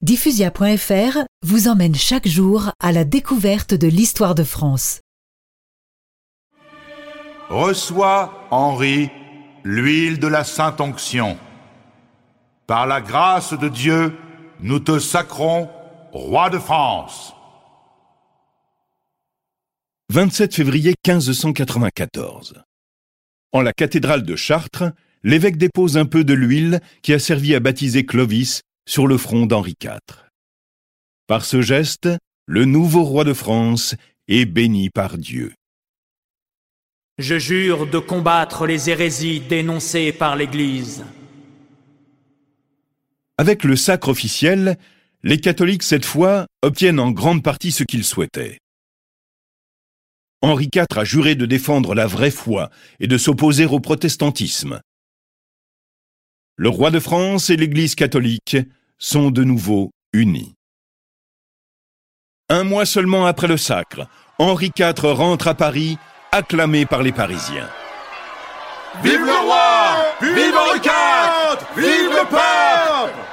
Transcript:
Diffusia.fr vous emmène chaque jour à la découverte de l'histoire de France. Reçois, Henri, l'huile de la Sainte-Onction. Par la grâce de Dieu, nous te sacrons roi de France. 27 février 1594. En la cathédrale de Chartres, l'évêque dépose un peu de l'huile qui a servi à baptiser Clovis sur le front d'Henri IV. Par ce geste, le nouveau roi de France est béni par Dieu. Je jure de combattre les hérésies dénoncées par l'Église. Avec le sacre officiel, les catholiques cette fois obtiennent en grande partie ce qu'ils souhaitaient. Henri IV a juré de défendre la vraie foi et de s'opposer au protestantisme. Le roi de France et l'Église catholique sont de nouveau unis. Un mois seulement après le sacre, Henri IV rentre à Paris, acclamé par les Parisiens. Vive le roi! Vive Henri IV! Vive le pape!